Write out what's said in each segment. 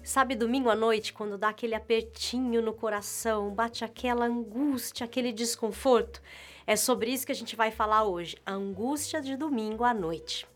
Sabe, domingo à noite, quando dá aquele apertinho no coração, bate aquela angústia, aquele desconforto? É sobre isso que a gente vai falar hoje, a angústia de domingo à noite.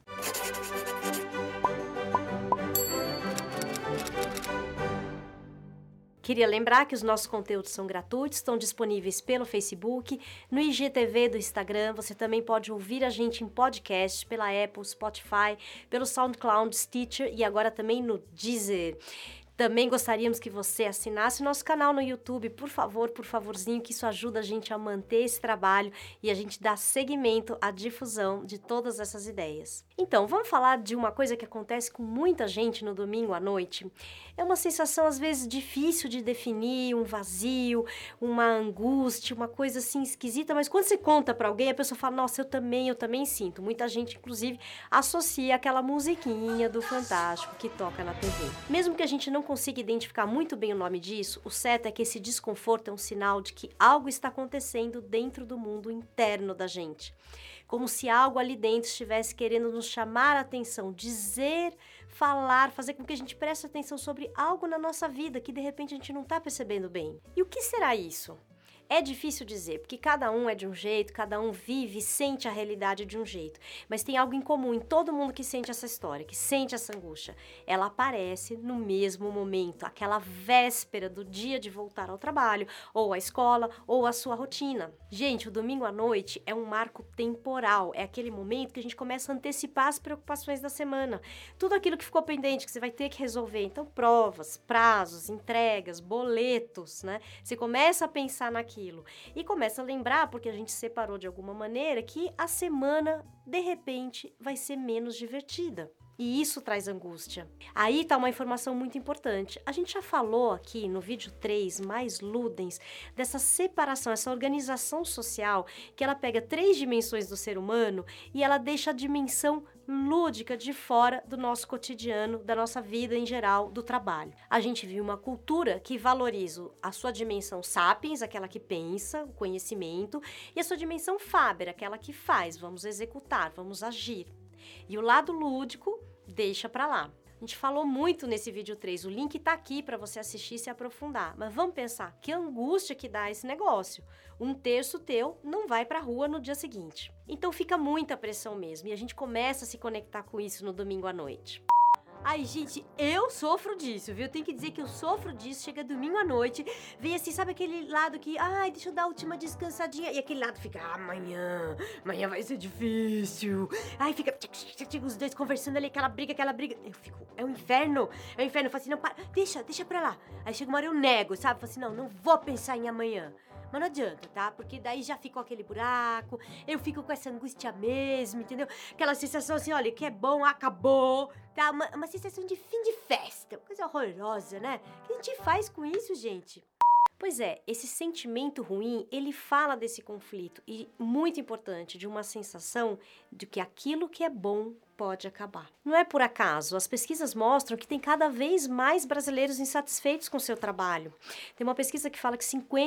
Queria lembrar que os nossos conteúdos são gratuitos, estão disponíveis pelo Facebook, no IGTV do Instagram, você também pode ouvir a gente em podcast pela Apple, Spotify, pelo SoundCloud, Stitcher e agora também no Deezer. Também gostaríamos que você assinasse o nosso canal no YouTube, por favorzinho, que isso ajuda a gente a manter esse trabalho e a gente dá seguimento à difusão de todas essas ideias. Então, vamos falar de uma coisa que acontece com muita gente no domingo à noite. É uma sensação, às vezes, difícil de definir, um vazio, uma angústia, uma coisa assim esquisita, mas quando você conta para alguém, a pessoa fala, nossa, eu também sinto. Muita gente, inclusive, associa aquela musiquinha do Fantástico que toca na TV. Mesmo que a gente não consiga identificar muito bem o nome disso, o certo é que esse desconforto é um sinal de que algo está acontecendo dentro do mundo interno da gente. Como se algo ali dentro estivesse querendo nos chamar a atenção, dizer, falar, fazer com que a gente preste atenção sobre algo na nossa vida que de repente a gente não está percebendo bem. E o que será isso? É difícil dizer, porque cada um é de um jeito, cada um vive e sente a realidade de um jeito. Mas tem algo em comum em todo mundo que sente essa história, que sente essa angústia. Ela aparece no mesmo momento, aquela véspera do dia de voltar ao trabalho, ou à escola, ou à sua rotina. Gente, o domingo à noite é um marco temporal, é aquele momento que a gente começa a antecipar as preocupações da semana. Tudo aquilo que ficou pendente, que você vai ter que resolver. Então, provas, prazos, entregas, boletos, né? Você começa a pensar naquilo. E começa a lembrar, porque a gente separou de alguma maneira, que a semana, de repente, vai ser menos divertida. E isso traz angústia. Aí tá uma informação muito importante. A gente já falou aqui no vídeo 3, mais Ludens, dessa separação, essa organização social, que ela pega 3 dimensões do ser humano e ela deixa a dimensão lúdica de fora do nosso cotidiano, da nossa vida em geral, do trabalho. A gente vive uma cultura que valoriza a sua dimensão sapiens, aquela que pensa, o conhecimento, e a sua dimensão faber, aquela que faz, vamos executar, vamos agir. E o lado lúdico deixa pra lá. A gente falou muito nesse vídeo 3, o link tá aqui para você assistir e se aprofundar. Mas vamos pensar, que angústia que dá esse negócio. 1/3 teu não vai pra rua no dia seguinte. Então fica muita pressão mesmo e a gente começa a se conectar com isso no domingo à noite. Ai, gente, eu sofro disso, viu? Tenho que dizer que eu sofro disso. Chega domingo à noite, vem assim, sabe aquele lado que, ai, deixa eu dar a última descansadinha. E aquele lado fica, amanhã vai ser difícil. Ai, fica os dois conversando ali, aquela briga. Eu fico, é um inferno. Eu falo assim, não, para, deixa pra lá. Aí chega uma hora eu nego, sabe? Falo assim, não vou pensar em amanhã. Mas não adianta, tá? Porque daí já ficou aquele buraco, eu fico com essa angústia mesmo, entendeu? Aquela sensação assim, olha, que é bom, acabou, tá? Uma sensação de fim de festa, coisa horrorosa, né? O que a gente faz com isso, gente? Pois é, esse sentimento ruim, ele fala desse conflito e, muito importante, de uma sensação de que aquilo que é bom pode acabar. Não é por acaso, as pesquisas mostram que tem cada vez mais brasileiros insatisfeitos com seu trabalho. Tem uma pesquisa que fala que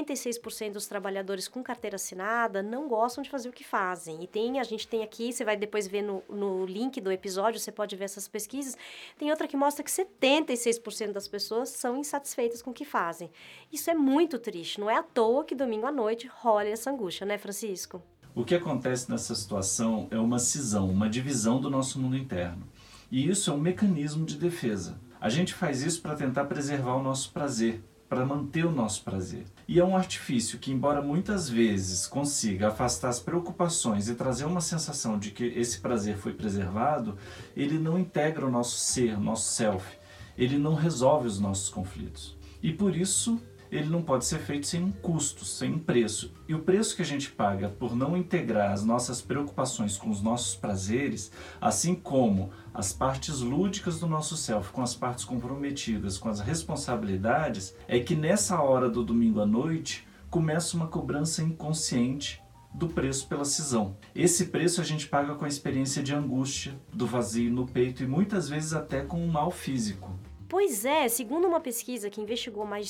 56% dos trabalhadores com carteira assinada não gostam de fazer o que fazem. E a gente tem aqui, você vai depois ver no link do episódio, você pode ver essas pesquisas. Tem outra que mostra que 76% das pessoas são insatisfeitas com o que fazem. Isso é muito triste, não é à toa que domingo à noite rola essa angústia, né, Francisco? O que acontece nessa situação é uma cisão, uma divisão do nosso mundo interno. E isso é um mecanismo de defesa. A gente faz isso para tentar preservar o nosso prazer, para manter o nosso prazer. E é um artifício que, embora muitas vezes consiga afastar as preocupações e trazer uma sensação de que esse prazer foi preservado, ele não integra o nosso ser, o nosso self. Ele não resolve os nossos conflitos. E por isso, ele não pode ser feito sem um custo, sem um preço. E o preço que a gente paga por não integrar as nossas preocupações com os nossos prazeres, assim como as partes lúdicas do nosso self com as partes comprometidas, com as responsabilidades, é que nessa hora do domingo à noite começa uma cobrança inconsciente do preço pela cisão. Esse preço a gente paga com a experiência de angústia, do vazio no peito e muitas vezes até com um mal físico. Pois é, segundo uma pesquisa que investigou mais de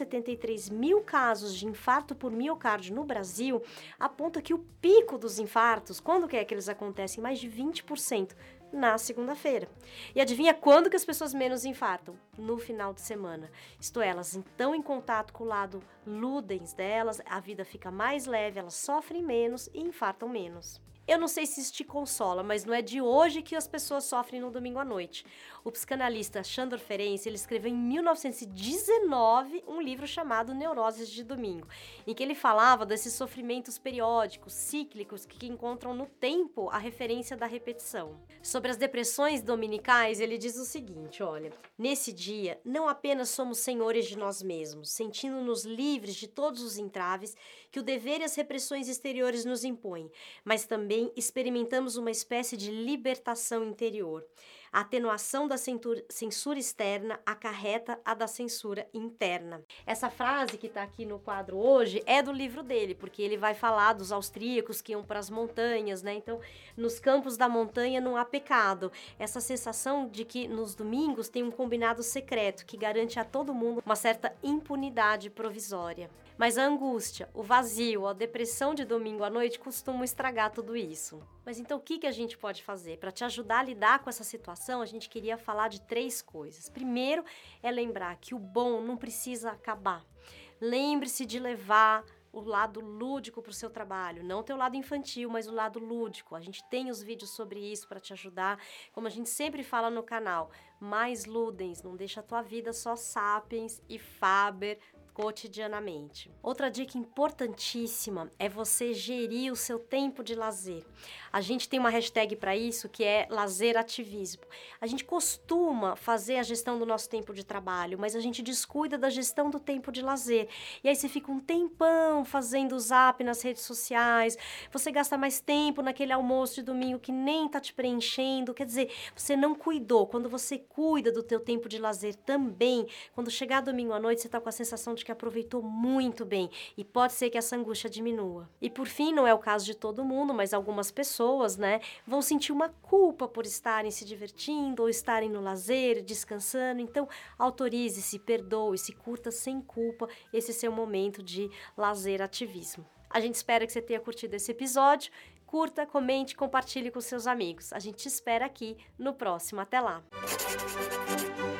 173 mil casos de infarto por miocárdio no Brasil, aponta que o pico dos infartos, quando que é que eles acontecem? Mais de 20%, na segunda-feira. E adivinha quando que as pessoas menos infartam? No final de semana. Isto é, elas estão em contato com o lado ludens delas, a vida fica mais leve, elas sofrem menos e infartam menos. Eu não sei se isso te consola, mas não é de hoje que as pessoas sofrem no domingo à noite. O psicanalista Sándor Ferenczi, ele escreveu em 1919 um livro chamado Neuroses de Domingo, em que ele falava desses sofrimentos periódicos, cíclicos, que encontram no tempo a referência da repetição. Sobre as depressões dominicais, ele diz o seguinte, olha, nesse dia, não apenas somos senhores de nós mesmos, sentindo-nos livres de todos os entraves que o dever e as repressões exteriores nos impõem, mas também experimentamos uma espécie de libertação interior. A atenuação da censura externa acarreta a da censura interna. Essa frase que está aqui no quadro hoje é do livro dele, porque ele vai falar dos austríacos que iam para as montanhas, né? Então, nos campos da montanha não há pecado. Essa sensação de que nos domingos tem um combinado secreto que garante a todo mundo uma certa impunidade provisória. Mas a angústia, o vazio, a depressão de domingo à noite costumam estragar tudo isso. Mas então o que a gente pode fazer? Para te ajudar a lidar com essa situação, a gente queria falar de 3 coisas. Primeiro é lembrar que o bom não precisa acabar. Lembre-se de levar o lado lúdico para o seu trabalho, não o teu lado infantil, mas o lado lúdico. A gente tem os vídeos sobre isso para te ajudar, como a gente sempre fala no canal, mais ludens, não deixa a tua vida só sapiens e faber cotidianamente. Outra dica importantíssima é você gerir o seu tempo de lazer. A gente tem uma hashtag para isso que é lazerativismo. A gente costuma fazer a gestão do nosso tempo de trabalho, mas a gente descuida da gestão do tempo de lazer. E aí você fica um tempão fazendo zap nas redes sociais, você gasta mais tempo naquele almoço de domingo que nem tá te preenchendo, quer dizer, você não cuidou. Quando você cuida do teu tempo de lazer também, quando chegar domingo à noite, você tá com a sensação de que aproveitou muito bem e pode ser que essa angústia diminua. E por fim, não é o caso de todo mundo, mas algumas pessoas, né, vão sentir uma culpa por estarem se divertindo ou estarem no lazer, descansando. Então, autorize-se, perdoe-se, curta sem culpa esse seu momento de lazer ativismo. A gente espera que você tenha curtido esse episódio. Curta, comente, compartilhe com seus amigos. A gente te espera aqui no próximo. Até lá!